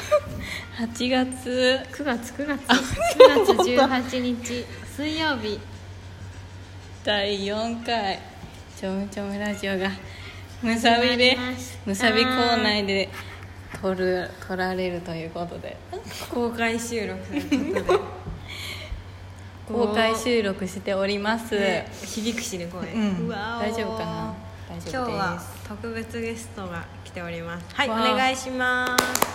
8月 9月18日水曜日、 第4回ちょむちょむラジオがむさび校内で撮られるということで公開収録ということで公開収録しております、 ね、響くしね声、 うわ大丈夫かな。大丈夫です。 今日は特別ゲストが来ております。はい、お願いします。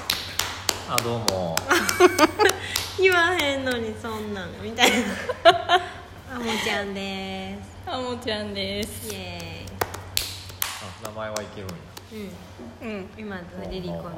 どうも言わへんのにそんなんみたいなあもちゃんです。 あもちゃんです。 イエ名前はいけるんや。 今のリリコのあもちゃんです。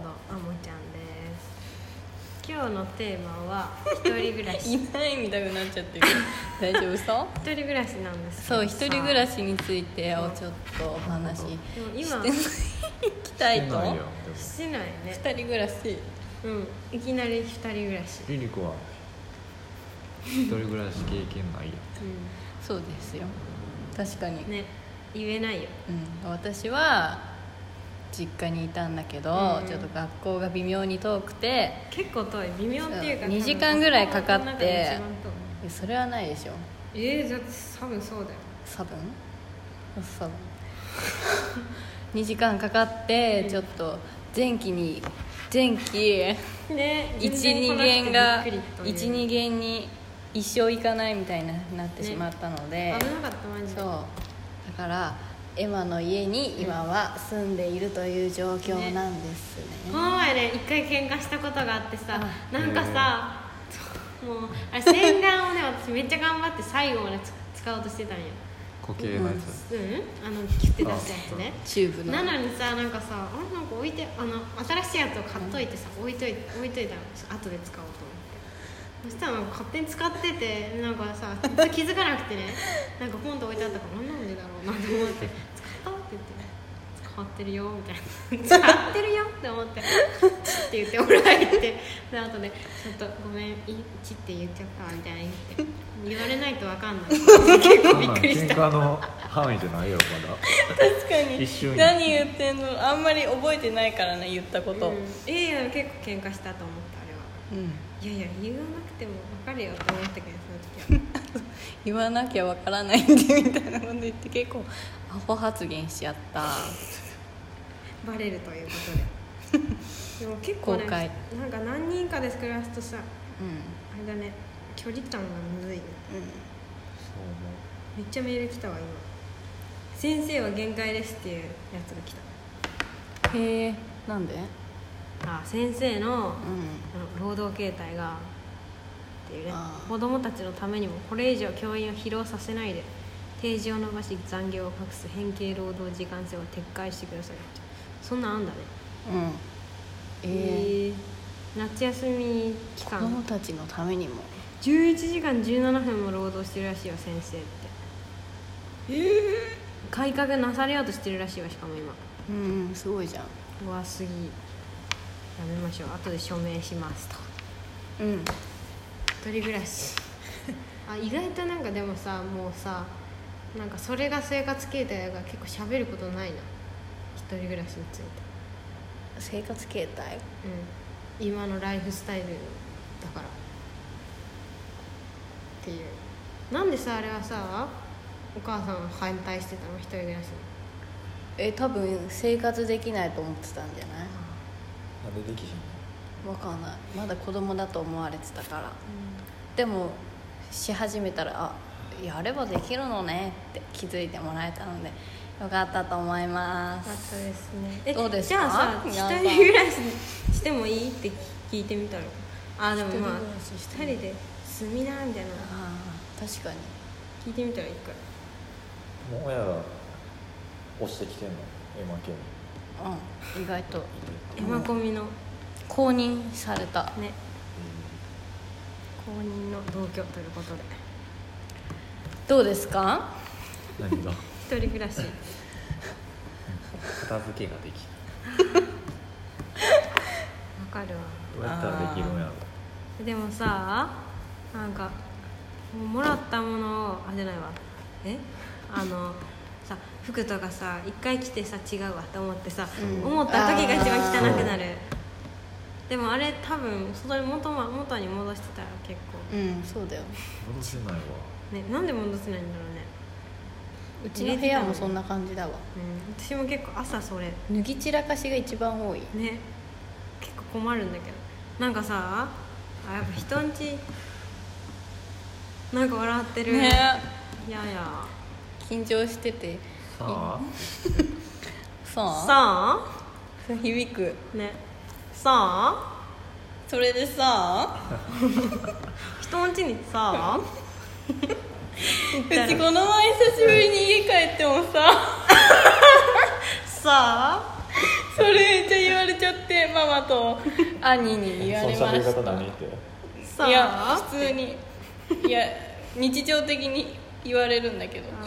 今日のテーマは一人暮らしいないみたいになっちゃってる大丈夫そう一人暮らしなんですそう、一人暮らしについてをちょっとお話ししていきたいと。 してないね。 二人暮らし、 いきなり二人暮らし。 リリコは一人暮らし経験ないやそうですよ。確かにね、言えないよ。 私は実家にいたんだけど、ちょっと学校が微妙に遠くて結構遠い、微妙っていうか 2時間ぐらいかかって、それはないでしょ。 だって多分そうだよ。 多分2時間かかって、ちょっと前期ね、 12限が12限に一生行かないみたいになってしまったので、 危なかったマジで。 そうだからエマの家に今は住んでいるという状況なんですね。 この前ね、一回喧嘩したことがあってさ、なんかさ、もうあれ洗顔をね、私めっちゃ頑張って最後まで使おうとしてたんよ。 固形のやつ、 キュッて出すやつね、 チューブの。 なのにさ、なんかさ、なんか置いて、新しいやつを買っといてさ、置いといたの、後で使おうと思って。そしたらなんか勝手に使ってて、なんかさ気づかなくてね、なんかポンと置いてあったからなんでだろうなと思って使ったって言ってね、使ってるよみたいな使ってるよって思ってチッって言っておられて、で後でちょっとごめんチッって言っちゃったみたいな言われないと分かんない結構びっくりした。 喧嘩の範囲じゃないよまだ確かに。一瞬何言ってんの、あんまり覚えてないからね、言ったこと。 いや結構喧嘩したと思ったあれは。いや言わなくても分かるよって思ったけど、その時は言わなきゃ分からないんでみたいなこと言って結構アホ発言しちゃった。 バレるということででも結構ね、なんか何人かで暮らすとさ、あれだね、距離感がむずいね。めっちゃメール来たわ今。先生は限界ですっていうやつが来た。 へえ、なんで？ 先生の、労働形態がっていうね、子供たちのためにもこれ以上教員を疲労させないで定時を延ばし残業を隠す変形労働時間制を撤回してくださいって。そんなんあんだね。夏休み期間子供たちのためにも 11時間17分も労働してるらしいよ先生って。改革なされようとしてるらしいわ、しかも今。 すごいじゃん。 うわすぎ、やめましょう、後で署名しますと。一人暮らし意外となんかでもさ、もうさ、なんかそれが生活形態だから結構喋ることないな、一人暮らしについて。 生活形態、 今のライフスタイルだからっていう。なんでさ、あれはさ、お母さんは反対してたの、一人暮らしに。 多分生活できないと思ってたんじゃない？ なんでできひんの？ 分かんない、まだ子供だと思われてたから。でもし始めたらやればできるのねって気づいてもらえたのでよかったと思います。 よかったですね。 どうですか？ じゃあさ、一人暮らししてもいいって聞いてみたら、でもまあ一人で住みなみたいな。 確かに聞いてみたらいいか。 もう親が押してきてんの、エマ家に。 意外とエマコミの公認されたね、公認の同居ということで。 どうですか？ 何が？ 一人暮らし片付けができる。わかるわ。 どうやったらできるんやろ。 でもさ、なんかもらったものをじゃないわ、さ、服とかさ、一回着てさ違うわと思ってさ、思った時が一番汚くなる。 でもあれ多分元に戻してたら結構そうだよ戻せないわね。なんで戻せないんだろうね。 うちの部屋もそんな感じだわ、 私も結構朝それ脱ぎ散らかしが一番多いね。結構困るんだけど、なんかさやっぱ人んちなんか笑ってるね。 いや緊張しててさあささ響くあねさそれでさ人んちにさうちこの前久しぶりに家帰ってもささそれめっちゃ言われちゃってママと兄に言われまその喋りした方何ってさいや普通にいや日常的に言われるんだけど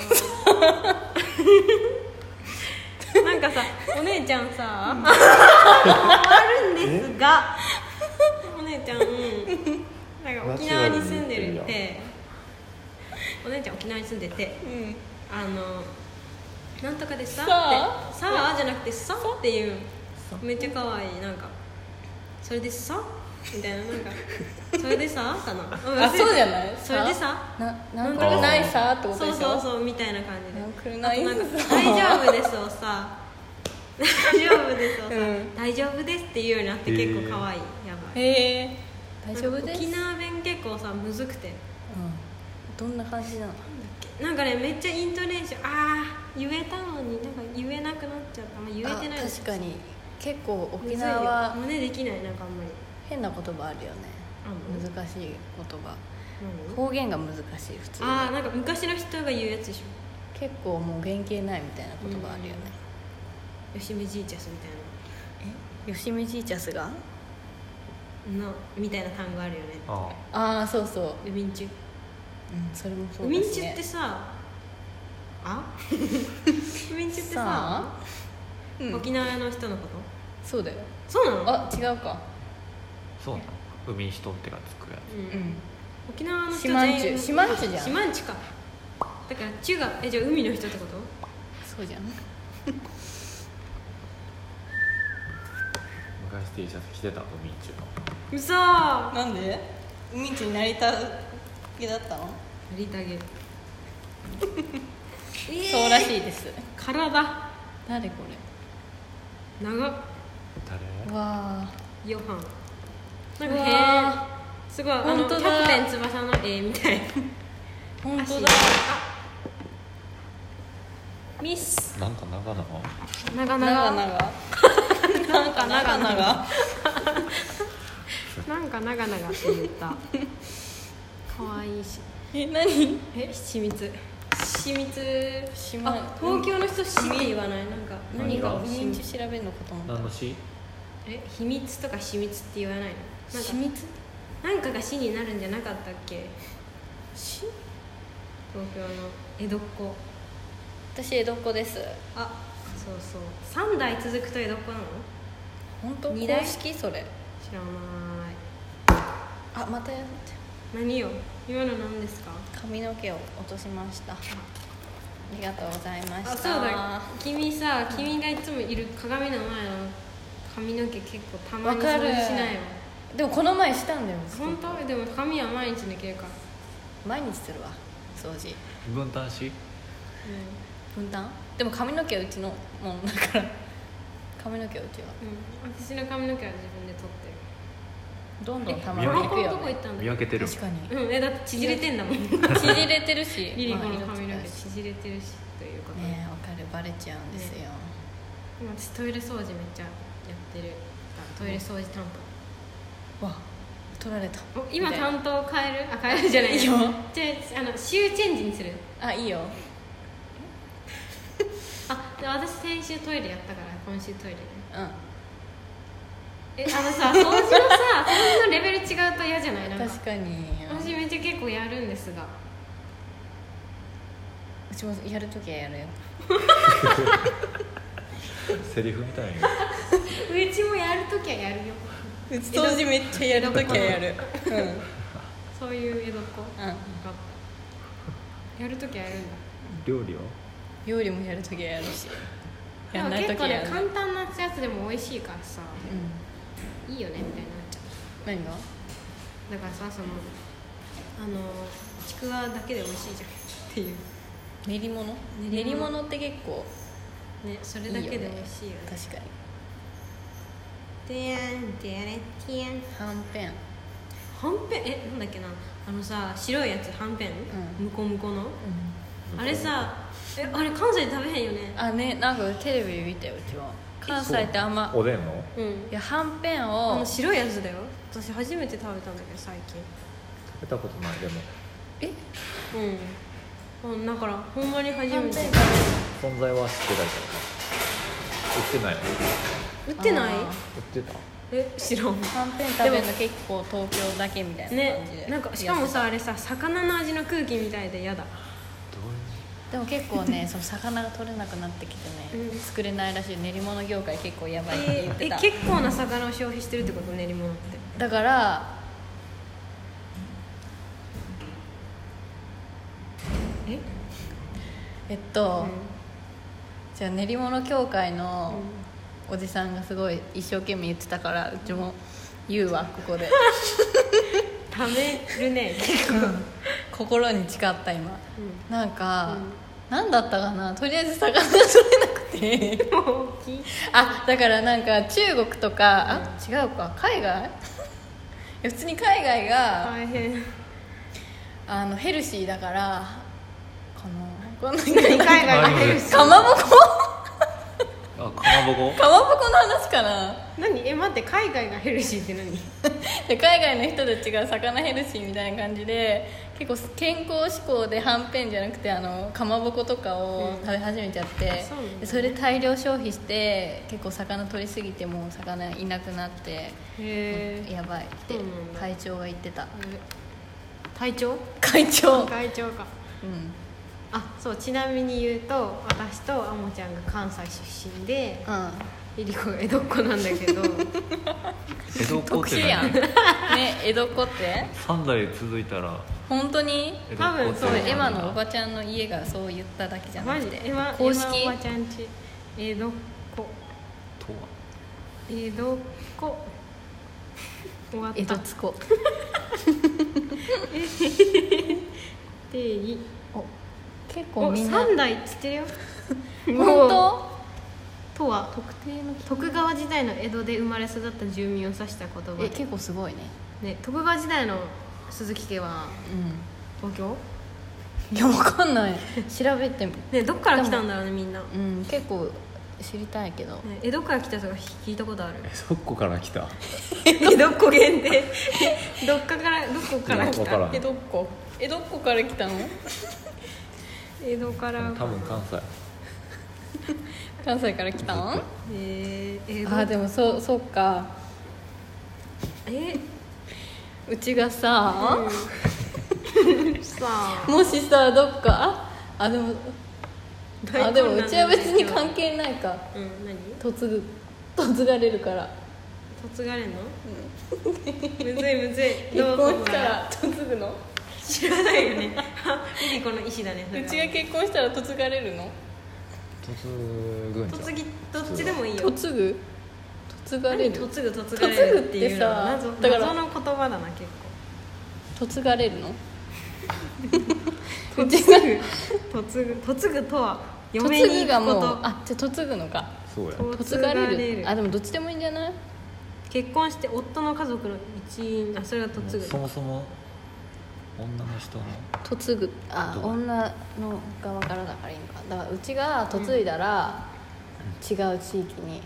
なんかさお姉ちゃんさあるんですがお姉ちゃんなんか沖縄に住んでるってお姉ちゃん沖縄に住んでてなんとかでさってさあじゃなくてさっていうめっちゃ可愛いなんかそれでさみたいななんかそれでさかなあそうじゃないそれでさなんとかないさってことでしょそうみたいな感じでなんくるないなんか大丈夫ですをさ大丈夫ですをさ、大丈夫ですっていうようになって結構可愛いやばいへえ大丈夫です沖縄弁結構さむずくてどんな感じなのなんかねめっちゃイントネーション言えたのになんか言えなくなっちゃった、言えてない確かに結構沖縄は真似できないなんかあんまり変な言葉あるよね難しい言葉何方言が難しい普通になんか昔の人が言うやつでしょ結構もう原型ないみたいな言葉あるよね吉見じいちゃすみたい吉見ジーチャスがなみたいな単語あるよねあそうそうウミンチュそれもそうウミンチュですねってさウミンチュってさ沖縄の人のことそうだよそうなの違うかそうなの海人ってがつくやつ沖縄の人四万十四万十じゃん四万十かだから「チュ」がじゃあ海の人ってことそうじゃん昔 T シャツ着てた海中のうそなんで海地になりたげだったのやりたげそうらしいです体誰こ長っれわヨハンなんうわかすごい本当だキャプテン翼の絵みたい本当だミスなんか長々 長長 々 なんか長々 なんか長々って言った可愛いし何七蜜七蜜島東京の人死って言わないなんか何が認知調べるのかと思った何の詩秘密とか秘密って言わないのなんか秘密なんかが死になるんじゃなかったっけ死東京の江戸っ子私江戸っ子ですそうそう3代続くと江戸っ子なの本当二代公式それ知らないまたやっ何よ今の何ですか髪の毛を落としましたありがとうございましたそうだ君がいつもいる鏡の前の髪の毛結構たまに掃除しないよでもこの前したんだよ本当でも髪は毎日抜けるから毎日するわ掃除分担し分担でも髪の毛はうちのもんだから髪の毛はうちは私の髪の毛は自分で取ってるどんどんたまリリコのっていくよねどこ行ったんだ見分けてる確かにだって縮れてんだもん縮れてるしリリコのまあ髪の毛色つくし縮れてるしということで、 ねわかるバレちゃうんですよ、 今私トイレ掃除めっちゃやってるトイレ掃除担わ取られた当今みたいな担当変える変えるじゃないいいよじゃあ週チェンジにするいいよで私先週トイレやったから今週トイレねうんさ掃除のレベル違うと嫌じゃないなんか確かに私めっちゃ結構やるんですがうちもやるときはやるよセリフみたいにうちもやるときはやるようち掃除めっちゃやるときはやるそういう江戸っ子うんやるときはやるんだ料理は料理もやるときはやるしやんないとでも結構ねきはやる簡単なやつでも美味しいからさいいよねみたいになっちゃう。 何が？ だからさ、そのちくわだけで美味しいじゃんっていう練り物？練り物って結構ね、それだけで美味しいよね。 確かに。 てやんてやれてやん。 はんぺん。 はんぺん、なんだっけな、さ白いやつ、はんぺん、むこむこの、あれさ、あれ関西で食べへんよね。 あね、なんかテレビで見たよ、うちは。関西ってあんま。 おでんの？ うん。 いや、はんぺんを白いやつだよ。私初めて食べたんだけど最近。 食べたことない。でもだからほんまに初めて。 存在は知ってたけど売ってない。 売ってない？ 売ってた？ 知らん。 はんぺん食べるの結構東京だけみたいな感じで、 ね、なんかしかもさ、あれさ、魚の味の空気みたいで嫌だ。 でも結構ね、その魚が取れなくなってきてね、作れないらしい。練り物業界結構やばいって言ってた。 結構な魚を消費してるってこと？練り物って。 だからじゃあ練り物協会のおじさんがすごい一生懸命言ってたから、うちも言うわ、ここで。 食べるね、結構。 心に誓った今、なんか、なんだったかな、とりあえず魚が取れなくてあ、だからなんか中国とか、違うか、海外普通に海外が大変。 ヘルシーだからこの海外がヘルシー。 かまぼこあ、かまぼこ？ かまぼこの話かな。 何？待って、海外がヘルシーって何？ で海外の人たちが魚ヘルシーみたいな感じで、結構健康志向ではんぺんじゃなくてかまぼことかを食べ始めちゃって、でそれで大量消費して結構魚取りすぎてもう魚いなくなって、やばいって会長が言ってた。 会長会長か。そう、ちなみに言うと、私とあもちゃんが関西出身で、リリコが江戸っ子なんだけど江戸っ子特殊やんね。江戸っ子って 3代続いたら本当に多分そう。 エマのおばちゃんの家がそう言っただけじゃなくて、 公式おばちゃんち江戸っ子とは江戸っ子終わった。 江戸つこ定義結構みんな 3代っつってるよ本当とは特定の徳川時代の江戸で生まれ育った住民を指した言葉で、 結構すごいね。 徳川時代の鈴木家は東京？ いやわかんない調べてもどっから来たんだろうね、みんな。 結構知りたいけど、 江戸から来たとか聞いたことある？ どこから来た？ 江戸っ子限定どこから来た？ 江戸っ子から来たの？ 江戸から多分関西関西から来たの？ 江戸。 でもそうか。うちがさ、もしさどっかでもうちは別に関係ないか。嫁がれるから。 嫁がれんの？むずいむずい。 結婚したら嫁ぐの？ 知らないよね。リリコの意思だね。 うちが結婚したら嫁がれるの？ 嫁ぐんじゃん。 どっちでもいいよ。 嫁ぐ？嫁がれる？ 嫁ぐっていうのは謎の言葉だな。結構嫁がれるの？ 嫁ぐとは嫁に行くこと。 じゃあ嫁ぐのか。 そうや。 嫁がれる。でもどっちでもいいんじゃない？ 結婚して夫の家族の一員。それが嫁ぐ。 そもそも女の人の嫁ぐ。女の側からだからいいのか。だからうちが嫁いだら、違う地域に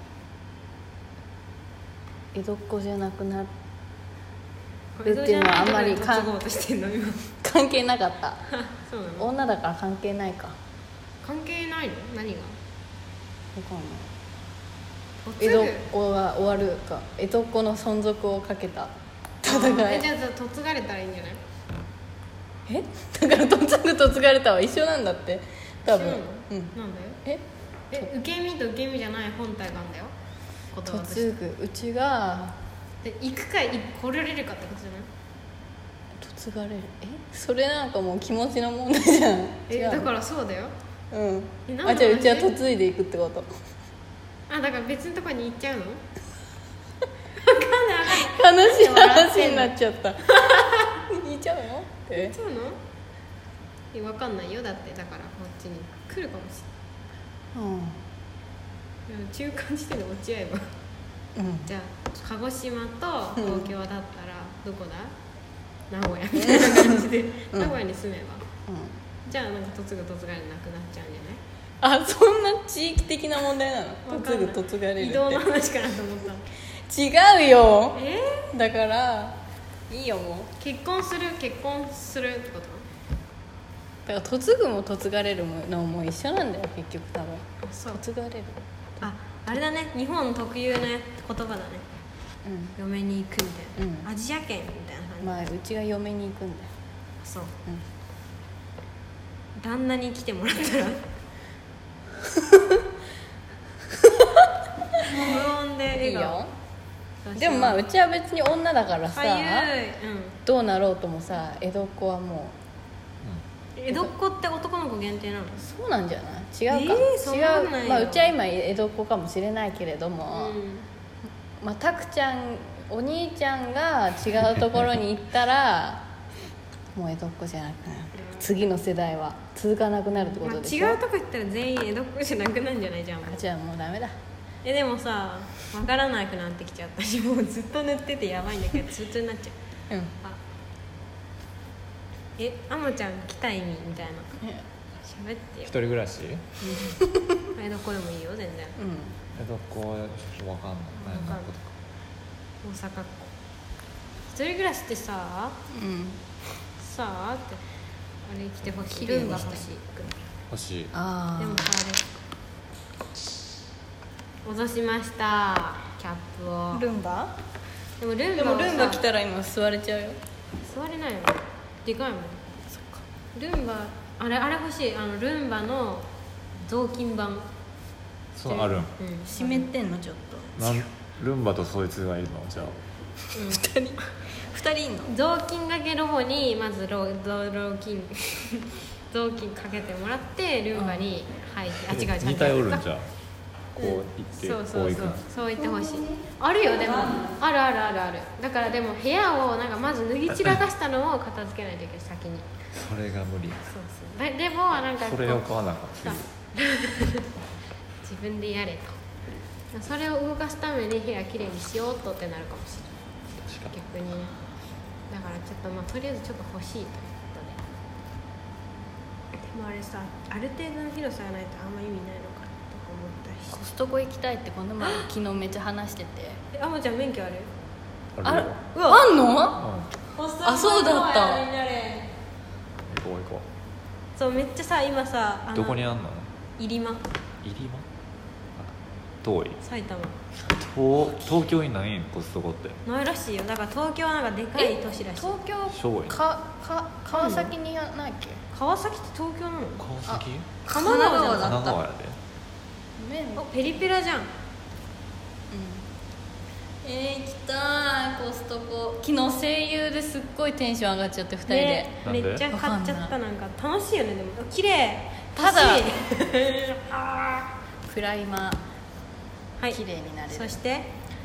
江戸っ子じゃなくなるっていうのはあんまり関係なかった。 そうなの？ 女だから関係ないか。 関係ないの？何が？ 分かんない。江戸っ子が終わるか、江戸っ子の存続をかけた戦い。 じゃあ嫁がれたらいいんじゃない？ だから嫁がれたは一緒なんだって多分。 なんだよ。受け身と受け身じゃない本体があんだよ。 嫁ぐ。うちが行くか来られるかってことじゃない？ 嫁がれる。それなんかもう気持ちの問題じゃん。 だからそうだよ。 じゃあうちは嫁いでいくってこと？ だから別のところに行っちゃうの？分か悲しい話になっちゃった言っちゃうの言っちゃうの？分かんないよ。だってだからこっちに来るかもしれない。中間地点で落ち合えば、じゃあ鹿児島と東京だったらどこだ？名古屋みたいな感じで名古屋に住めば、じゃあなんか嫁ぐ嫁がれなくなっちゃうんじゃない？ あ、そんな地域的な問題なの？嫁ぐ嫁がれるって移動の話かなと思った。 違うよ。だからいいよ、もう結婚するってこと？ だから嫁ぐも嫁がれるのも一緒なんだよ結局多分。 そう嫁がれる。 あれだね、日本特有の言葉だね。嫁に行くみたいな、アジア圏みたいな感じ。 うちが嫁に行くんだよ。 そう、旦那に来てもらったら無音で笑顔。いいよ。 でもうちは別に女だからさ、どうなろうともさ、江戸っ子はもう、江戸っ子って男の子限定なの？ そうなんじゃない？違うか、違う。うちは今江戸っ子かもしれないけれども、たくちゃんお兄ちゃんが違うところに行ったらもう江戸っ子じゃなくなる。次の世代は続かなくなるってことでしょ。 違うとこ行ったら全員江戸っ子じゃなくなるんじゃないじゃん。 じゃあもうダメだ。 でもさ、分からなくなってきちゃったし、もうずっと塗っててやばいんだけどツルツルになっちゃう。あもちゃん来た意味みたいな喋ってよ。 一人暮らし？ 江戸っ子でもいいよ全然。 江戸っ子は分かんない。 大阪っ子。一人暮らしってさ、さあってあれ来てほしい。ルンバ欲しい。 欲しい。 でもさ、あれ戻しましたキャップを。 ルンバ？ でもルンバ来たら今座れちゃうよ。 座れないよ。でかいもん。そっか。ルンバあれ欲しい。ルンバの雑巾版。 そうあるん。 湿ってんのちょっと。 ルンバとそいつがいるのじゃあ。 2人いんの？ 雑巾がけロボにまず雑巾かけてもらってルンバに入って。違う。 似たよるんじゃん。こう行ってそう言ってほしい。あるよ。でもあるだからでも部屋をなんかまず脱ぎ散らかしたのを片付けないといけない先に。 それが無理。 そうでもなんかそれを買わなかった自分でやれと。それを動かすために部屋きれいにしようとってなるかもしれない逆に。だからちょっととりあえずちょっと欲しいということで。でもあれさ、ある程度の広さがないとあんま意味ないのかコストコ行きたいってこの前昨日めっちゃ話してて。 あもちゃん免許ある？ あんの？あ、そうだった。 行こう。 そうめっちゃさ今さどこにあんの？ 入間。 遠い。 埼玉。 東京にないんコストコって。 ないらしいよ。だから東京はなんかでかい都市らしい。 東京川崎にないっけ？ 川崎って東京なの？ 川崎？ 神奈川だった。 神奈川やで。 ペリペラじゃん。 行きたいコストコ。昨日声優ですっごいテンション上がっちゃって2人で、 めっちゃ買っちゃった。なんか楽しいよね。でも綺麗。 ただプライマー綺麗になれる。 そして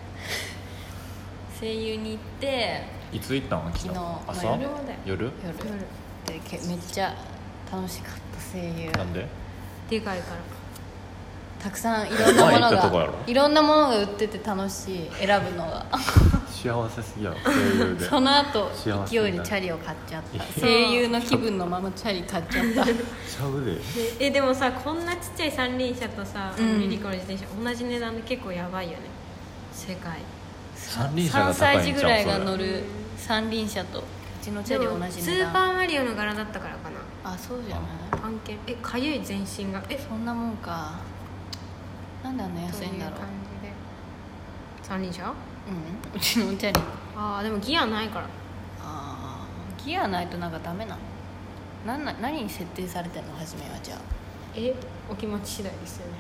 声優に行っていつ行ったの？昨日朝？夜でめっちゃ楽しかった声優。 なんで？ でかいから。 たくさんいろんなものが売ってて楽しい。選ぶのが幸せすぎやろ声優で。 その後勢いでチャリを買っちゃった。声優の気分のままチャリ買っちゃったちゃうで。 でもさこんなちっちゃい三輪車とさ、リリコの自転車同じ値段で結構やばいよね世界。 三輪車が 3歳児ぐらいが乗る三輪車とうちのチャリ同じ値段。 スーパーマリオの柄だったからかな。 あ、そうじゃない。 案件かゆい全身が。 そんなもんか。なんであんな安いんだろう。 三輪車？ うちのチャリ。 でもギアないから。 ギアないとなんかダメなの？何に設定されてんの初めは。じゃあお気持ち次第ですよね。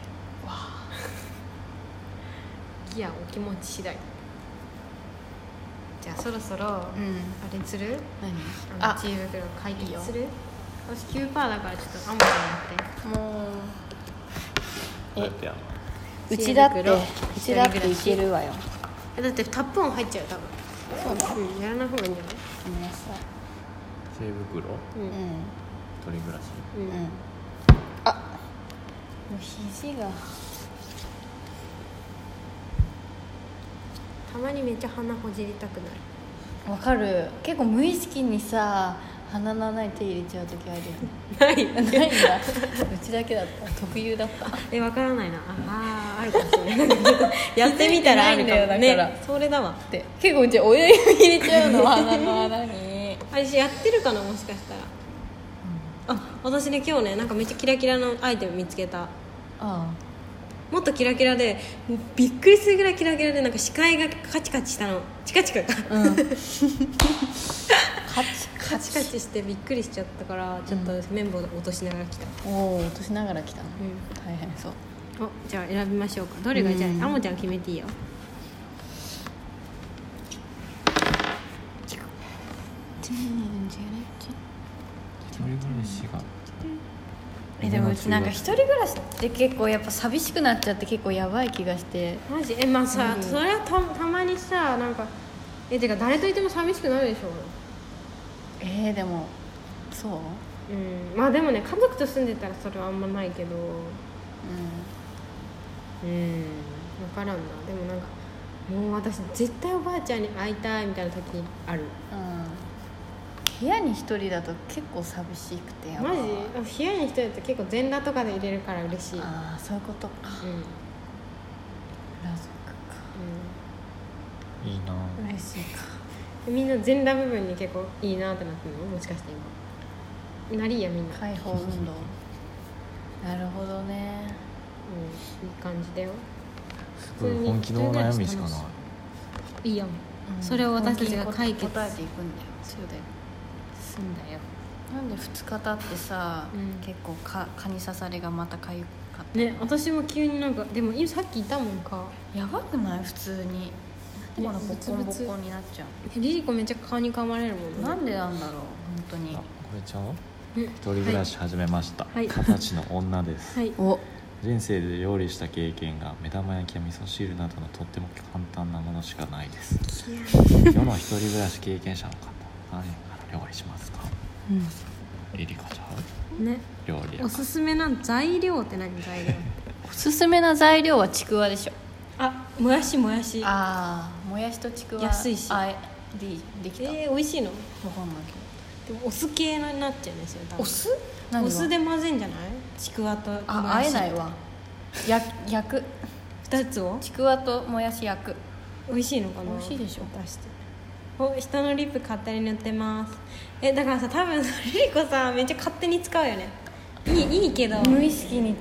ギアお気持ち次第。じゃあそろそろあれする？何？知恵袋解決する？私 9% だからちょっとアモちゃんやって。もううちだっていけるわよ。 だってタップ音入っちゃう多分。 そうだ、 やらない方がいいんじゃない？ ごめんなさい。 手袋、 うん一人暮らし。 あ、もう肘がたまにめっちゃ鼻ほじりたくなる。 わかる。結構無意識にさ、鼻の穴に手入れちゃう時あるよね。ないないんだ。うちだけだった。特有だった。 わからないな。あるかもしれないやってみたらあるかも気づいてないんだよね。 だからそれだわ。 で結構うち親指入れちゃうの鼻の穴に。 私やってるかな、もしかしたら。私ね、今日ね、なんかめっちゃキラキラのアイテム見つけた。 あもっとキラキラで、もうびっくりするぐらいキラキラで、なんか視界がカチカチしたの。チカチカかあ、うん。カチカチカチしてびっくりしちゃったから、ちょっと綿棒で落としながら来た。 おお、落としながら来たの。大変そう。 じゃあ選びましょうか。どれがじゃあ、あもちゃん決めていいよ。 一人暮らしがでもうちなんか一人暮らしって結構やっぱ寂しくなっちゃって結構やばい気がして。 マジまあさ、それはたまにさ、なんかてか誰といても寂しくなるでしょ。 でもそう？ まあでもね、家族と住んでたらそれはあんまないけど、分からんな。でもなんかもう私絶対おばあちゃんに会いたいみたいな時ある。 部屋に一人だと結構寂しくてやばい。 マジ？部屋に一人だと結構全裸とかで入れるから嬉しい。 ああ、そういうことか。裸族か。 いいな。 嬉しいか。 みんな全裸部分に結構いいなってなってるの？もしかして今なりやみんな。 解放運動。なるほどね。 いい感じだよ。 すごい本気のお悩みしかない。 いいやん。それを私たちが解決答えていくんだよ。そうだよ。 すんだよ。 なんで2日経ってさ、結構蚊に刺されがまたかゆかったね。私も急になんか、でもさっきいたもんか。やばくない？ 普通にボコボコになっちゃう。 リリコめっちゃ顔に噛まれるもんね。 なんでなんだろう本当に。 これちゃう？一人暮らし始めました。20歳の女です。人生で料理した経験が目玉焼きや味噌汁などのとっても簡単なものしかないです。世の一人暮らし経験者の方、何から料理しますか？リリカちゃんね。 料理おすすめな材料って何？材料おすすめな材料はちくわでしょ。 もやし。 ああ、もやしとちくわ安いし。 できた。 美味しいの？ 分かんないけど。でもお酢系になっちゃうね、それ多分。 お酢？ お酢で混ぜんじゃない？ちくわともやし。 あえないわ。焼く。 2つを？ ちくわともやし焼く。 美味しいのかな？ 美味しいでしょ。 出して人のリップ勝手に塗ってます。だからさ、多分リリコさめっちゃ勝手に使うよね。いいけど無意識に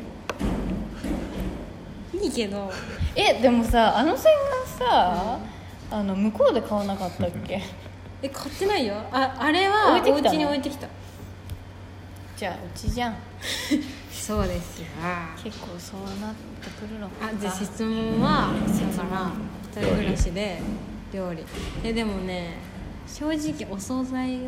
いいけどでもさ、あの線がさ、向こうで買わなかったっけ？ 買ってないよ。あれはお家に置いてきた。 じゃあうちじゃん。 そうですよ。 結構そうなってくるのか。 じゃあ質問はだから一人暮らしで料理でもね、正直お惣菜を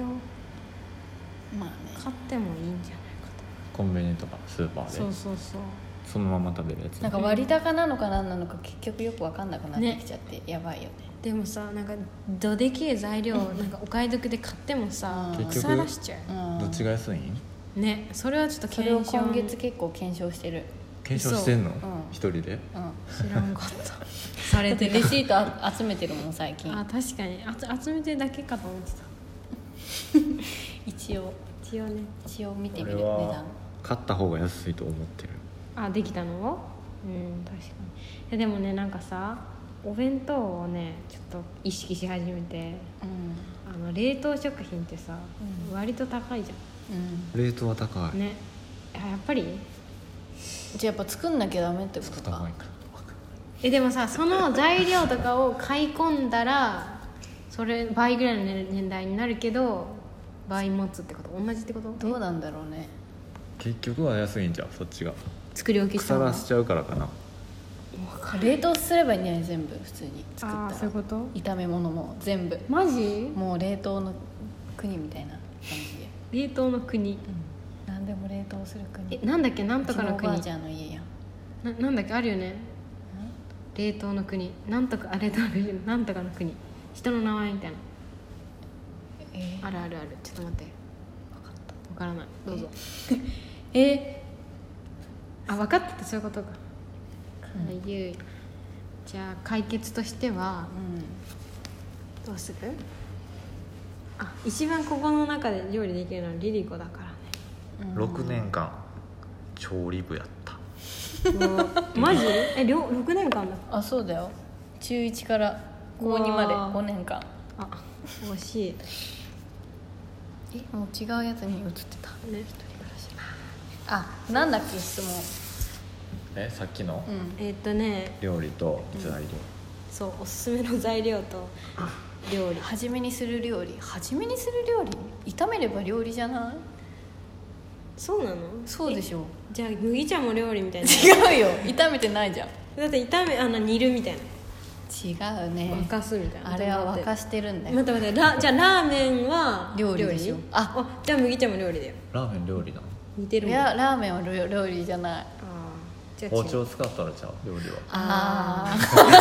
買ってもいいんじゃないかと。 コンビニとかスーパーでそうそのまま食べるやつ。 なんか割高なのか何なのか結局よく分かんなくなってきちゃって、やばいよね。 でもさ、なんかどでけえ材料なんかお買い得で買ってもさ、腐らしちゃう。 どっちが安いん？ ね、それはちょっとそれを今月結構検証してる。 検証してんの？一人で？ 知らんかったそれでレシート集めてるもん最近。 確かに集めてるだけかと思ってた一応見てみる。値段買った方が安いと思ってる。 できたの？確かに。でもね、なんかさ、お弁当をねちょっと意識し始めて、冷凍食品ってさ、割と高いじゃん。 冷凍は高いね。やっぱりじゃあやっぱ作んなきゃダメってことか。 でもさ、その材料とかを買い込んだらそれ倍ぐらいの年代になるけど、倍持つってこと？同じってこと？ どうなんだろうね。 結局は安いんじゃん、そっちが。 作り置きした腐らしちゃうからかな。 冷凍すればいいんじゃない？全部普通に作ったら。 そういうこと？ 炒め物も全部。 マジ？ もう冷凍の国みたいな感じで。 冷凍の国、 何でも冷凍する国。 なんだっけ、なんとかの国。 おばあちゃんの家やん。 なんだっけ、あるよね。冷凍の国、なんとか冷凍の国、なんとかの国。 人の名前みたいな、あるあるある。ちょっと待って、分からない。どうぞ。あ、分かったってそういうことか。ゆい。じゃあ解決としては、どうする？あ、一番ここの中で料理できるのはリリコだからね。 6年間調理部やった。 マジ？6年間だ。 あ、そうだよ。中1から高2まで5年間。 あ、惜しい。 もう違うやつに映ってたね。 あ、なんだっけ質問。 さっきの、 料理と材料、 そう、おすすめの材料と料理。 初めにする料理炒めれば料理じゃない？ そうなの？ そうでしょ。 じゃあ麦茶も料理みたいな。 違うよ、炒めてないじゃん。 だって煮るみたいな。 違うね、 沸かすみたいな。 あれは沸かしてるんだよ。 待ってじゃあラーメンは料理でしょ。 じゃあ麦茶も料理だよ。 ラーメン料理なの？ 似てるもん。 いや、ラーメンは料理じゃない。 包丁使ったらちゃう、料理は。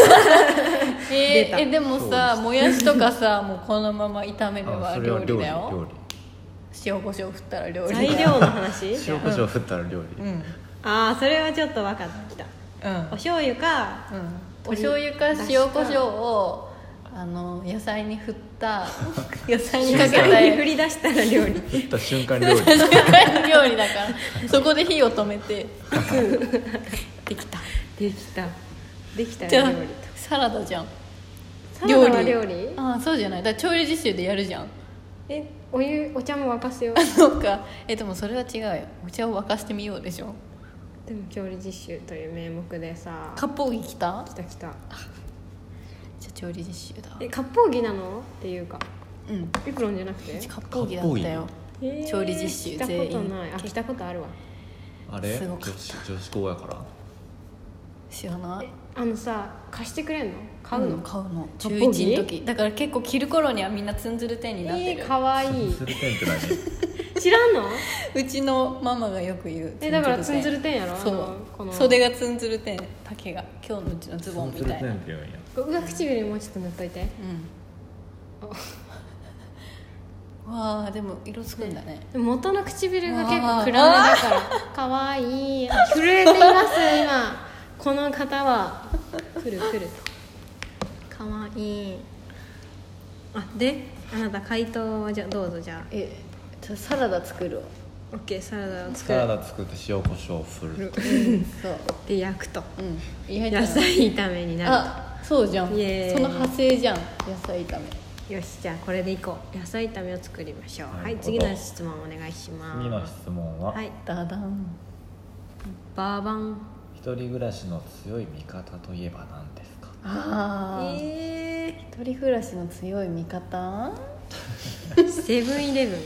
でもさ、もやしとかさ、もうこのまま炒めれば料理だよ。塩コショウ振ったら料理だよ。 材料の話？ 塩コショウ振ったら料理。 それはちょっと分かってきた。お醤油か塩コショウを野菜に振った野菜にかけた振り出したら料理。 振った瞬間料理。 料理だからそこで火を止めてできた料理。 サラダじゃん。 サラダは料理？ あ、そうじゃない。だから調理実習でやるじゃん。 お茶も沸かすよ。 そうか。でもそれは違うよ。お茶を沸かしてみようでしょ。 でも調理実習という名目でさ。 割烹着来た？ 来た。じゃあ調理実習だ。 割烹着なのっていうか。エプロンじゃなくて？ 割烹着だったよ。調理実習全員。 着たことない。着たことあるわ。 あれ？女子校やから。 知らない。 貸してくれんの？買うの？ 買うの。中1の時。だから結構着る頃にはみんなツンズルテンになってる。 かわいい。 ツンズルテンって何？ 知らんの？ うちのママがよく言う。 だからツンズルテンやろ。 そう。袖がツンズルテン、丈が今日のうちのズボンみたいな。 上唇にもうちょっと塗っといて。 わあ、でも色つくんだね。 元の唇が結構暗めだからかわいい。震えています今。この方は来るかわいい。であなた回答はじゃあどうぞ。じゃあサラダ作るわ。 オッケー。サラダ作って塩コショウ振る。 そうで焼くと、 野菜炒めになると。そうじゃん。その派生じゃん、野菜炒め。 よし、じゃあこれでいこう。野菜炒めを作りましょう。はい、次の質問お願いします。 次の質問は、 ダダンバーバン。 一人暮らしの強い味方といえば何ですか？ 一人暮らしの強い味方セブンイレブン。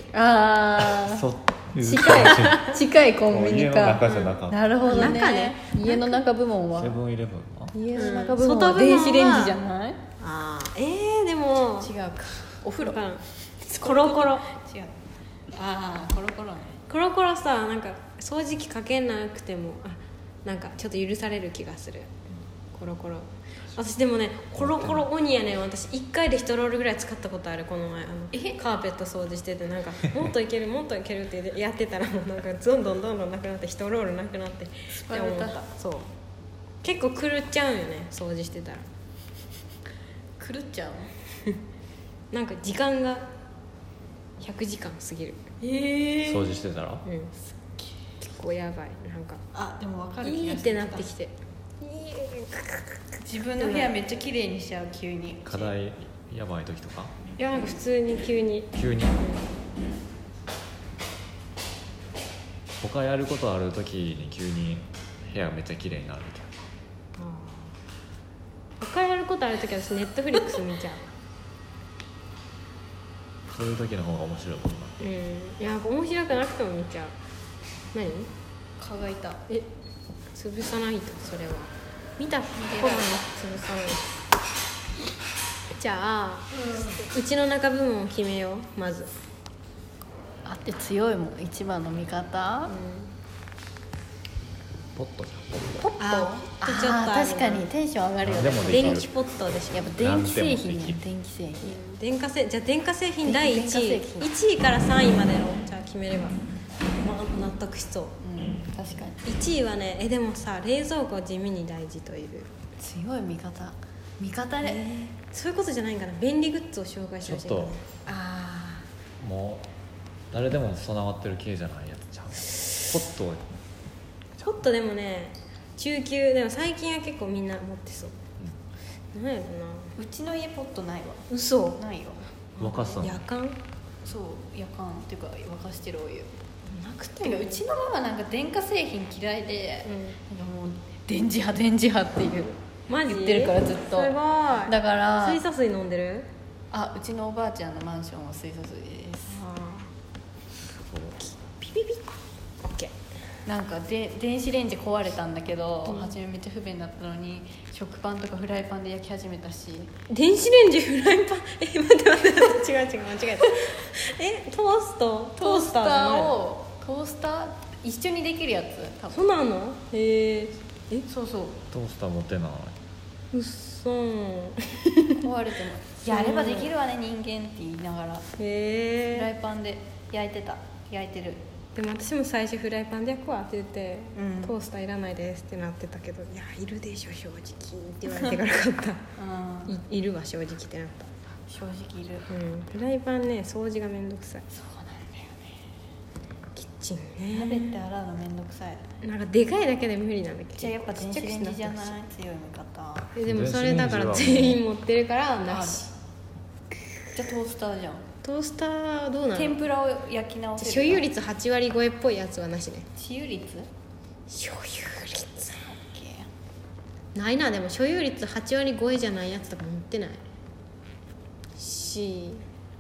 近いコンビニか。 家の中じゃなかった。 なるほどね。家の中部門はセブンイレブンは家の中部門は電子レンジじゃない？ でも違うか。お風呂コロコロ。 違う。コロコロね。 コロコロさ、なんか掃除機かけなくてもなんかちょっと許される気がする。コロコロ。私でもね、コロコロ鬼やね。私1回で1ロールぐらい使ったことある。この前カーペット掃除してて、なんかもっといけるってやってたら、もうなんかどんどんなくなって、1ロールなくなってって思った。そう、結構狂っちゃうよね、掃除してたら。 狂っちゃうのなんか時間が100時間過ぎる。 掃除してたら、 結構やばい。なんかでも分かる気がしてなってきて、 自分の部屋めっちゃ綺麗にしちゃう。急に課題やばい時とか。 いや、なんか普通に急に他やることある時に急に部屋めっちゃ綺麗になるみたいな。 他やることある時は私ネットフリックス見ちゃう。 そういう時の方が面白いもんな。 いや、面白くなくても見ちゃう。何？ 蚊がいた。 潰さないと。それは見たことない。潰さない。じゃあ、うちの中部門を決めよう。まずって強いもん、一番の味方。 ポットじゃん。 ポットちょっと確かにテンション上がるよね。 電気ポットでしょ。 やっぱ電気製品ね。電気製品。 じゃあ電化製品第1位1位から3位までのじゃあ決めれば、納得しそう。 確かに 1位はね、でもさ、冷蔵庫地味に大事という強い味方で、 そういうことじゃないんかな。便利グッズを紹介してほしいかな。 もう誰でも備わってる系じゃないやつじゃん。 ポットでもね、中級でも最近は結構みんな持ってそう。なんやろな。 うちの家ポットないわ。 嘘ないよ。 沸かすの？ 夜間？ そう夜間っていうか沸かしてるお湯。 なくても。 うちのママなんか電化製品嫌いで、なんかもう電磁波っていうマジ言ってるからずっと。 すごい。 だから水素水飲んでる？ うちのおばあちゃんのマンションは水素水です。 ピピピ。オッケー。 なんか電子レンジ壊れたんだけど、初めめっちゃ不便だったのに食パンとかフライパンで焼き始めたし。 電子レンジフライパン待って違う間違えた。トースター一緒にできるやつ。多分そうなの？ そうトースター持てない。 うっそー。 壊れてもやればできるわね人間って言いながらフライパンで焼いてる。 でも私も最初フライパンで焼くわって言って、トースターいらないですってなってたけど、いやいるでしょ正直って言われてから買った。いるわ正直ってなった。 正直いる。 フライパンね、掃除がめんどくさい。 そうなんだよね。 キッチンね、 鍋って洗うのめんどくさい。 なんかでかいだけで無理なんだけど。 じゃあやっぱ電子レンジじゃない？強い味方。 でもそれだから全員持ってるからなし。 じゃあトースターじゃん。 トースターどうなの？ 天ぷらを焼き直せる。 所有率8割超えっぽいやつはなしね。 所有率ないな。でも所有率8割超えじゃないやつとか持ってないし、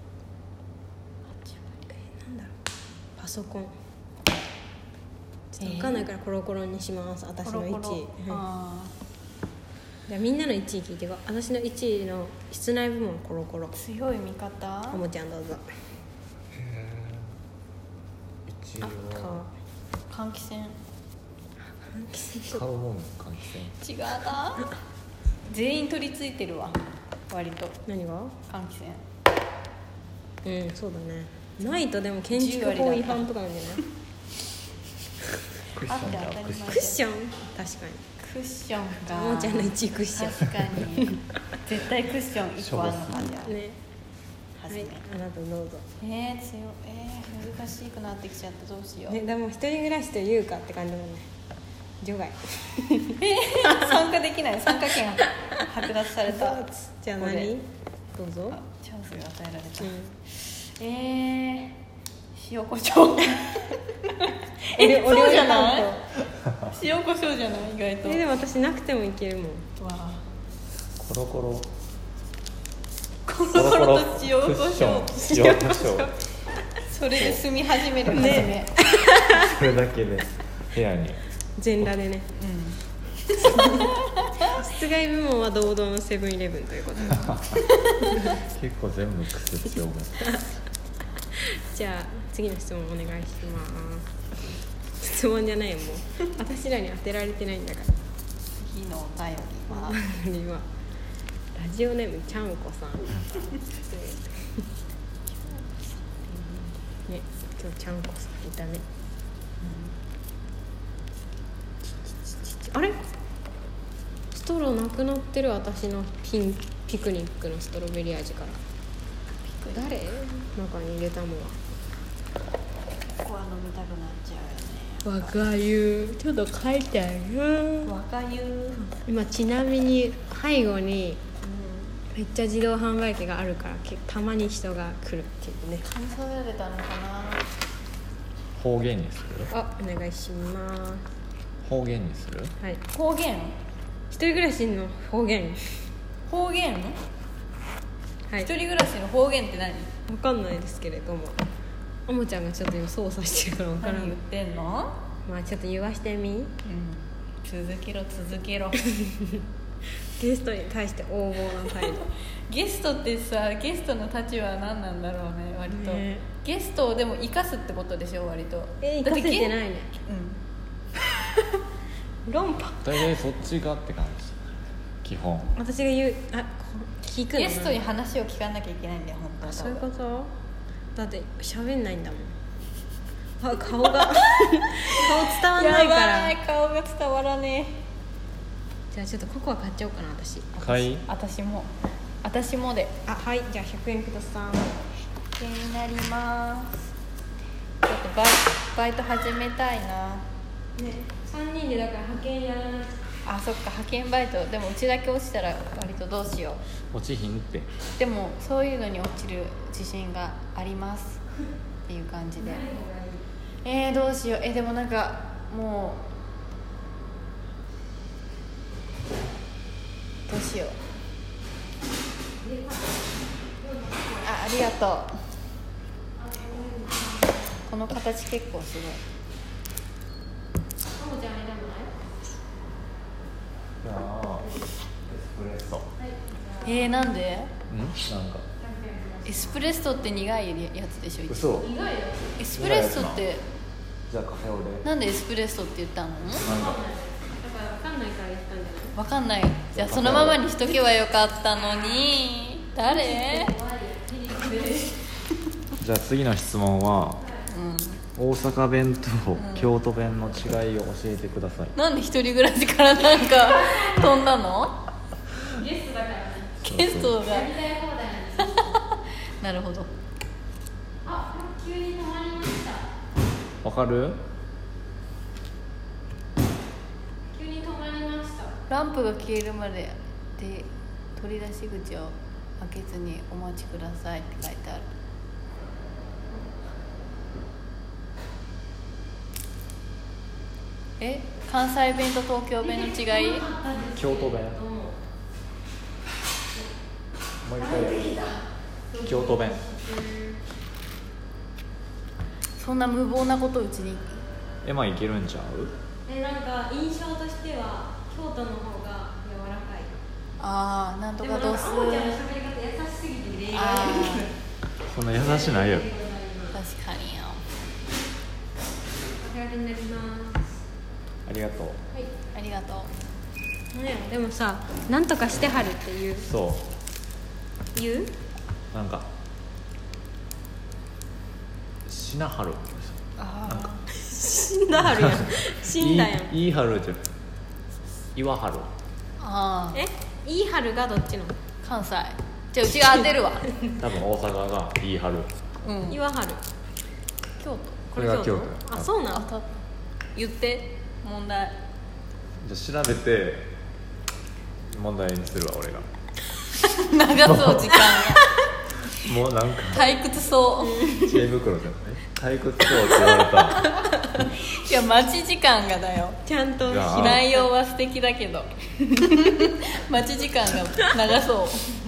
なんだろう、パソコンちょっと分かんないからコロコロにします。私の1位。じゃあみんなの1位聞いてこう。私の1位の室内部門コロコロ。 強い味方。 おもちゃんどうぞ。 1位は換気扇。 買うもん換気扇。 違うな。全員取り付いてるわ割と。 何が？ 換気扇。 そうだね。ないとでも建築法違反とかなんじゃない？ クッションじゃん。 クッション、確かにクッションか。 ももちゃんの1位クッション。 確かに絶対クッション1個あるのかじゃあね。はい、あなたどうぞ。 難しくなってきちゃった。どうしよう。 でも一人暮らしというかって感じもね。除外。 参加できない。参加権剥奪された。 じゃあ何？どうぞ。 チャンスが与えられた。塩コショウ。そうじゃない？塩コショウじゃない意外と。 でも私なくてもいけるもん。 わコロコロと塩コショウ。それで住み始めるね。 それだけで部屋に全裸でね。室外部門は堂々のセブンイレブンということで。 結構全部癖強め。 じゃあ次の質問お願いします。質問じゃないよ、もう私らに当てられてないんだから。 次のお便りはラジオネームちゃんこさん。ね、今日ちゃんこさんいたね。あれ？ストローなくなってる。私のピクニックのストロベリー味から。誰？中に入れたもんは。 ここは飲みたくなっちゃうよね。若湯ちょっと書いてある。 若湯。 今ちなみに背後にめっちゃ自動販売機があるからたまに人が来るっていうね。 試されたのかな。 方言にする？ お願いします。 方言にする？ はい。方言？ 一人暮らしの方言。 方言？はい。一人暮らしの方言って何？ 分かんないですけれども、おもちゃんがちょっと今操作してるから分からん。 何言ってんの？ まあちょっと言わしてみ。 続けろ。 ゲストに対して横暴な態度。 ゲストってさ、ゲストの立場は何なんだろうね、割と。ゲストをでも生かすってことでしょ、割と。 生かせてないね。 論破大体そっちがって感じ。基本私が言う聞くのゲストに話を聞かなきゃいけないんだよ本当は。 そういうこと？だって喋んないんだもん。顔が顔伝わんないから。 やばい、顔が伝わらねえ。 じゃあちょっとココア買っちゃおうかな私。 買い？ 私もで。 はい、じゃあ100円ください。 100円になります。ちょっとバイト始めたいな。 ね、3人でだから派遣やらない。 あ、そっか、派遣バイト。でもうちだけ落ちたら割とどうしよう。落ちひんって。でもそういうのに落ちる自信がありますっていう感じで。どうしよう。でもなんかもうどうしよう。ありがとう。この形結構すごい。 ももちゃんあれだもんね。 じゃあエスプレッソ。 なんで？ なんかエスプレッソって苦いやつでしょ。 嘘。 苦いよ。 エスプレッソってじゃあカフェオレ。 なんでエスプレッソって言ったの？ なんかだから分かんないから言ったんじゃない？ 分かんない。じゃあそのままにしとけばよかったのに。誰？ じゃあ次の質問は、大阪弁と京都弁の違いを教えてください。 なんで一人暮らしからなんか飛んだの？ ゲストだからね。 ゲストがやりたい放題なんです。 なるほど。 急に止まりました。 わかる？ 急に止まりました。 ランプが消えるまでで取り出し口を開けずにお待ちくださいって書いてある。関西弁と東京弁の違い？ 京都弁。もう一回。京都弁。 そんな無謀なことうちに。 まあいけるんちゃう？ なんか印象としては京都の方が柔らかい。 なんとかどうする？ でもあおちゃんの喋り方優しすぎて例外。 そんな優しないよ。 確かによ。 あれになります。 ありがとう。 はい、ありがとう。でもさ、なんとかしてはるっていう。 そう。 言う？ なんかしなはる。なんか死んだはるやん。死んだやん。 いいはるじゃん。いわはる。 いいはるがどっちの？ 関西。じゃあうちが当てるわ。 多分大阪がいいはる。 いわはる。 京都。 これが京都。そうなん。 言って問題。 じゃあ調べて問題にするわ俺が。 長そう時間が。 もうなんか退屈そう。 知恵袋じゃない？退屈そうって言われた。 いや待ち時間がだよ。 ちゃんと内容は素敵だけど待ち時間が長そう。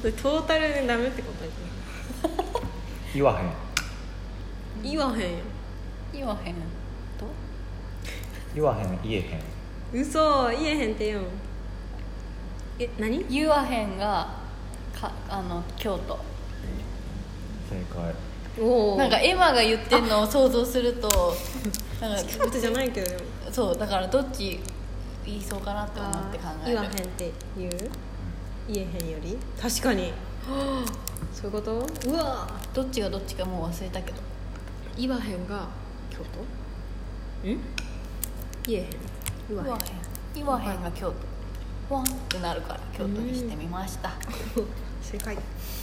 トータルでダメってこと言わへん。 言わへんやん。 言わへんと？ 言わへん、言えへん。 嘘、言えへんって言うん。何？ 言わへんが京都。 正解。 なんかエマが言ってんのを想像するとなんか京都じゃないけど。 そうだからどっち言いそうかなって思って考える。 言わへんって言う？言えへんより確かに。そういうこと？うわ、 どっちがどっちかもう忘れたけど。 言わへんが京都？ん？言えへん。 言わへんが京都。わんってなるから京都にしてみました。 正解。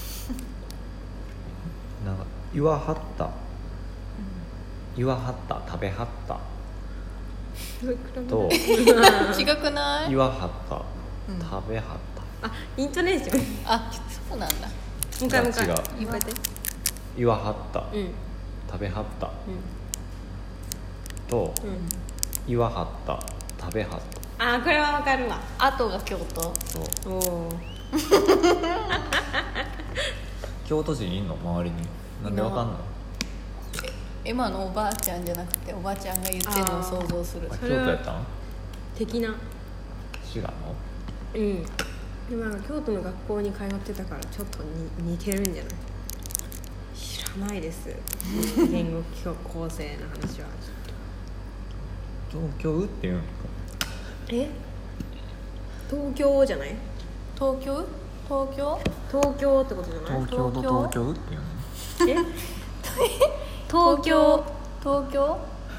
なんか言わはった、言わはった食べはったと違くない？ 言わはった、食べはった。 イントネーション。 そうなんだ。 もう一回もう一回違う。 言われて。 言わはった、食べはった、と、言わはった食べはった。 これはわかるわ。 あとが京都。 そう。 おお。 京都人いんの周りに？なんでわかんの？ 今のおばあちゃんじゃなくておばちゃんが言ってるのを想像する。 京都やったん？ 的な。 滋賀の？ でもなんか京都の学校に通ってたからちょっと似てるんじゃない？知らないです。言語構成の話は。 東京って言うんですか？ 東京じゃない？ 東京東京ってことじゃない？ 東京と東京っていうの？ 東京東京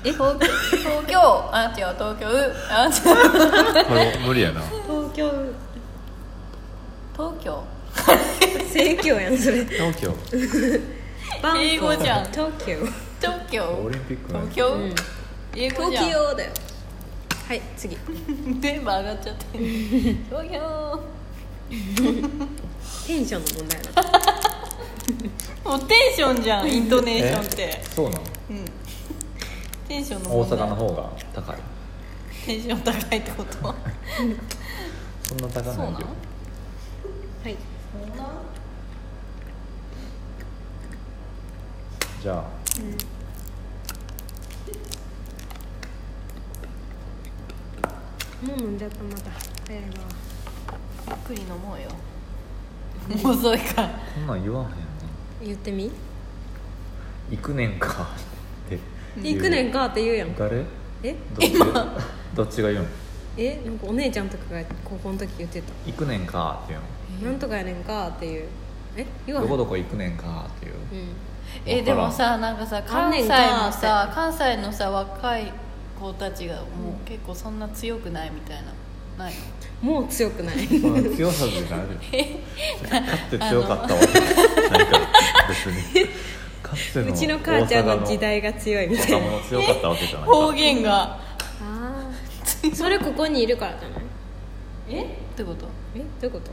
あ、違う、東京あ、違うこれ無理やな。 東京正教やんそれ。 東京英語じゃん。 東京オリンピックの東京、英語じゃん。 東京だよ。はい次。 電波上がっちゃって東京テンションの問題だ。 もうテンションじゃん、イントネーションって。 そうなの？ テンションの大問題。 阪の方が高い。 テンション高いってこと？ そんな高ないよ。 はい。 じゃあ、 もう飲んじゃった。また早いわ。 ゆっくり飲もうよ。もう遅いから。 こんなん言わへんな。 言ってみ。 行くねんかって行くねんかって言うやん。 誰？どっちが言うの？ なんかお姉ちゃんとかが高校の時言ってた。 行くねんかって言うの？ なんとかやねんかっていう。言わへん。 どこどこ行くねんかっていう。 でもさ、なんかさ、関西のさ若い子たちがもう結構そんな強くないみたいな、ないの？ もう強くない。 強さじゃない。かつて強かったわけなんか別に。かつてのうちの母ちゃんの時代が強いみたいな。 も強かったわけじゃない。 方言が。 それここにいるからじゃない？ ってこと？ どういうこと？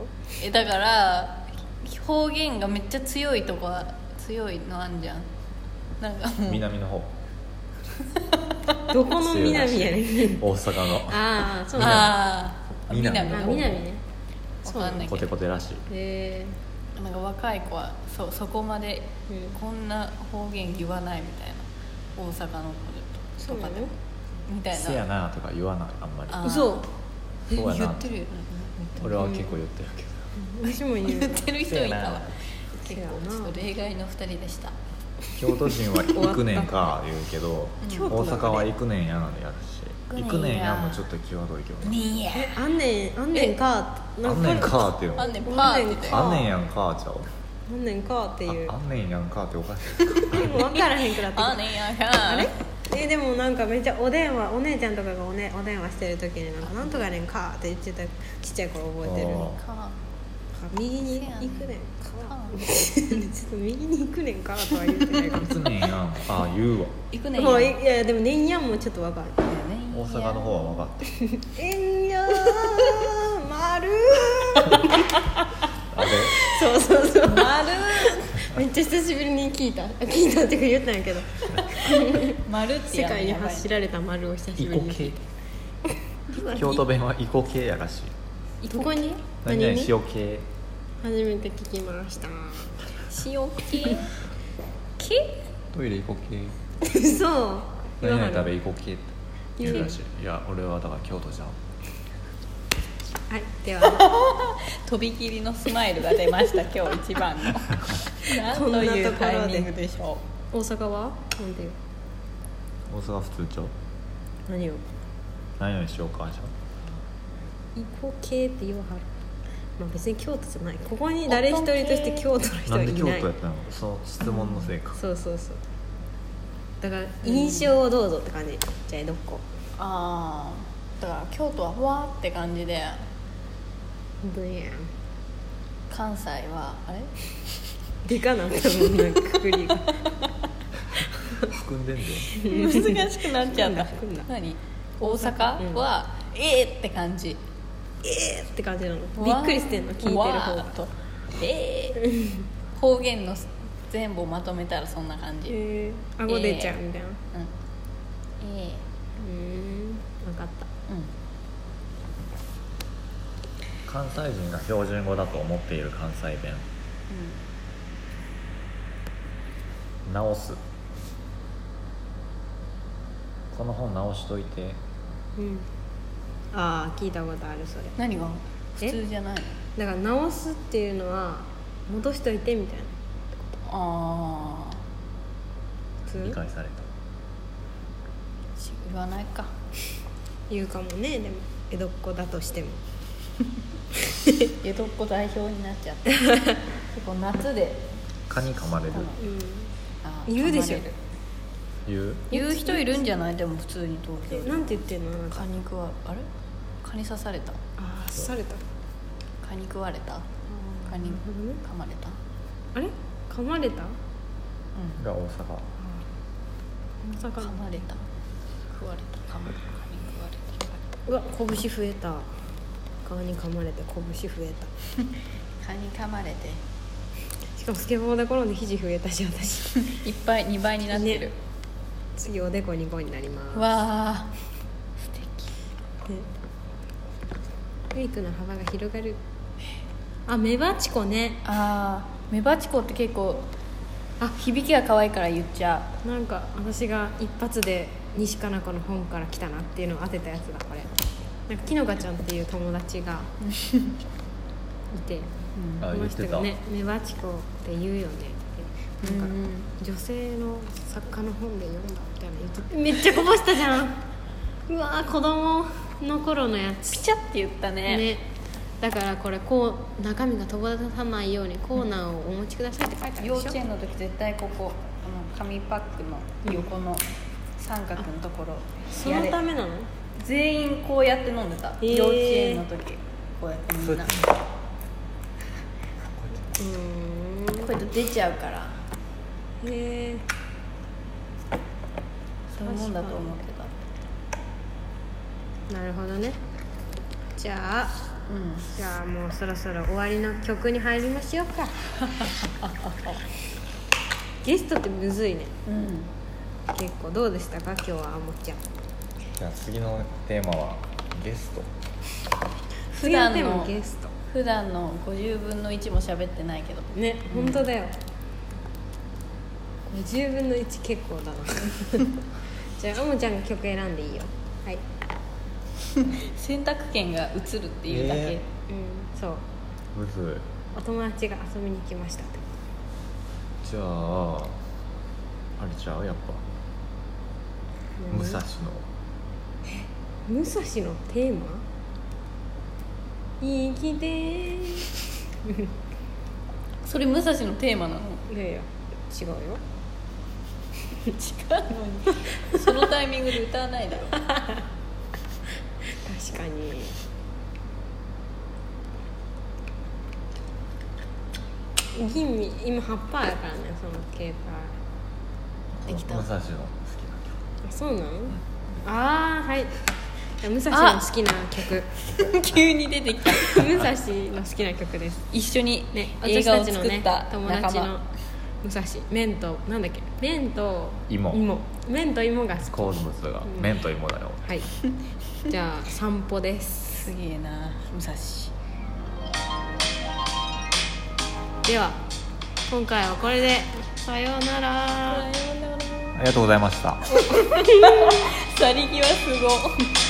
だから方言がめっちゃ強いとこは強いのあんじゃん。なんかもう南の方。 どこの南やねん。 大阪の。 ああ、そうだ。南ね。 わかんないけど。 コテコテらしい。 なんか若い子はそこまでこんな方言言わないみたいな、大阪の子とかでみたいな。 せやなとか言わない、あんまり。 そうやな。 言ってるよ。 俺は結構言ってるけど。私も言ってる人いたわ。結構ちょっと例外の2人でした。 京都人は行くねんか言うけど、大阪は行くねんやなんでやるし、行くねんやもちょっと際どいけどね。 あんねんかあんねんかっていうの。 あんねんかって言って。 あんねんやんかちゃう。 あんねんかっていう。 あんねんやんかっておかしい。 でも分からへんくなってきた。 あんねんやんか。 あれ？でもなんかめっちゃお姉ちゃんとかがお電話してる時になんとかねんかって言ってた、ちっちゃい頃覚えてる。右に行くねんか。ちょっと右に行くねんかとは言ってないかも。 行くねんやん。言うわ。 行くねんやん。 いやでもねんやんもちょっと分かる。 大阪の方は分かってる。 えんやーまるあれ？ そうまるめっちゃ久しぶりに聞いたってか言ったんやけど丸って世界に発せられた丸を久しぶりに聞いた。京都弁はイコ系やらしい。 ここに何々塩系。 初めて聞きました。 塩系トイレイコ系。 そう何々食べイコ系って言うらしい。いや俺はだから京都じゃん。 はい、ではとびきりのスマイルが出ました今日一番の何というタイミングでしょう。大阪はなんていう？ 大阪普通町。 何を？ 何々しようかじゃん。イコ系って言わはる。まあ別に京都じゃない。ここに誰一人として京都の人はいない。 なんで京都やったの？その質問のせいか。 そうだから印象をどうぞって感じ。じゃあどこ？ だから京都はふわって感じで、 どうやん。 関西はあれでかな多分なんかくくりが含んでんで難しくなっちゃった。何？大阪は、って感じ。 って感じなの。びっくりしてんの聞いてる方が。 方言の全部をまとめたらそんな感じ。 顎出ちゃうみたいな。分かった。 関西人が標準語だと思っている関西弁。直す。この本直しといて。 聞いたことあるそれ。 何が？普通じゃないの？ だから直すっていうのは戻しといてみたいな。普通？ 理解された。 言わないか。 言うかもね。でも江戸っ子だとしても江戸っ子代表になっちゃって結構夏で蚊に噛まれる、 言うでしょ。 言う人いるんじゃない？でも普通に東京でなんて言ってんの？ 蚊に食わあれ蚊に刺された。 刺された。 蚊に食われた。蚊に噛まれた。 あれ噛まれた？ が大阪。 大阪。 噛まれた。食われた。蚊に食われた。 うわ、拳増えた。蚊に噛まれて拳増えた。 蚊に噛まれて。 しかもスケボーで転んで肘増えたし、私いっぱい2倍になってる、ね、 次おでこ2個になります。 わー素敵、 ね、メイクの幅が広がる。メバチコね。 メバチコって結構響きが可愛いから言っちゃう。なんか私が一発で西加奈子の本から来たなっていうのを当てたやつだ。これなんかきのかちゃんっていう友達がいてこの人がね、メバチコって言うよねって、なんか女性の作家の本で読んだみたいな言ってて、めっちゃこぼしたじゃん。うわー、子供の頃のやつピチャって言ったね。 だからこれこう中身が飛ばさないようにコーナーをお持ちくださいって書いてあるでしょ。 幼稚園の時絶対ここ紙パックの横の三角のところ、 そのためなの？ 全員こうやって飲んでた、幼稚園の時こうやってみんなこうやって出ちゃうから。 へえ、 そういうもんだと思ってた。なるほどね。じゃあもうそろそろ終わりの曲に入りましょうか。ゲストってむずいね、結構どうでしたか今日は。あもちゃん、 じゃあ次のテーマはゲスト。 普段の50分の1も喋ってないけどね、本当だよ。50分の1結構だな。じゃああもちゃんが曲選んでいいよ。はい。 選択権が移るっていうだけ、 そう、 むずい。 お友達が遊びに来ましたって。 じゃああれちゃう、やっぱ武蔵のテーマ、生きてそれ武蔵のテーマなの？ いやいや違うよ。 違うのにそのタイミングで歌わないだろ。 確かに。吟味今8%やからね、そのケーパーできた。 武蔵の好きな曲。 そうなの？はい。武蔵の好きな曲。 急に出てきた。 武蔵の好きな曲です。 一緒にね、 映画を作った友達の武蔵、麺となんだっけ、麺と芋が好き。 好物が麺と芋だよ。 はい。じゃあ散歩です。 すげえな武蔵。 では今回はこれでさようなら。 ありがとうございました。 去り際すごい。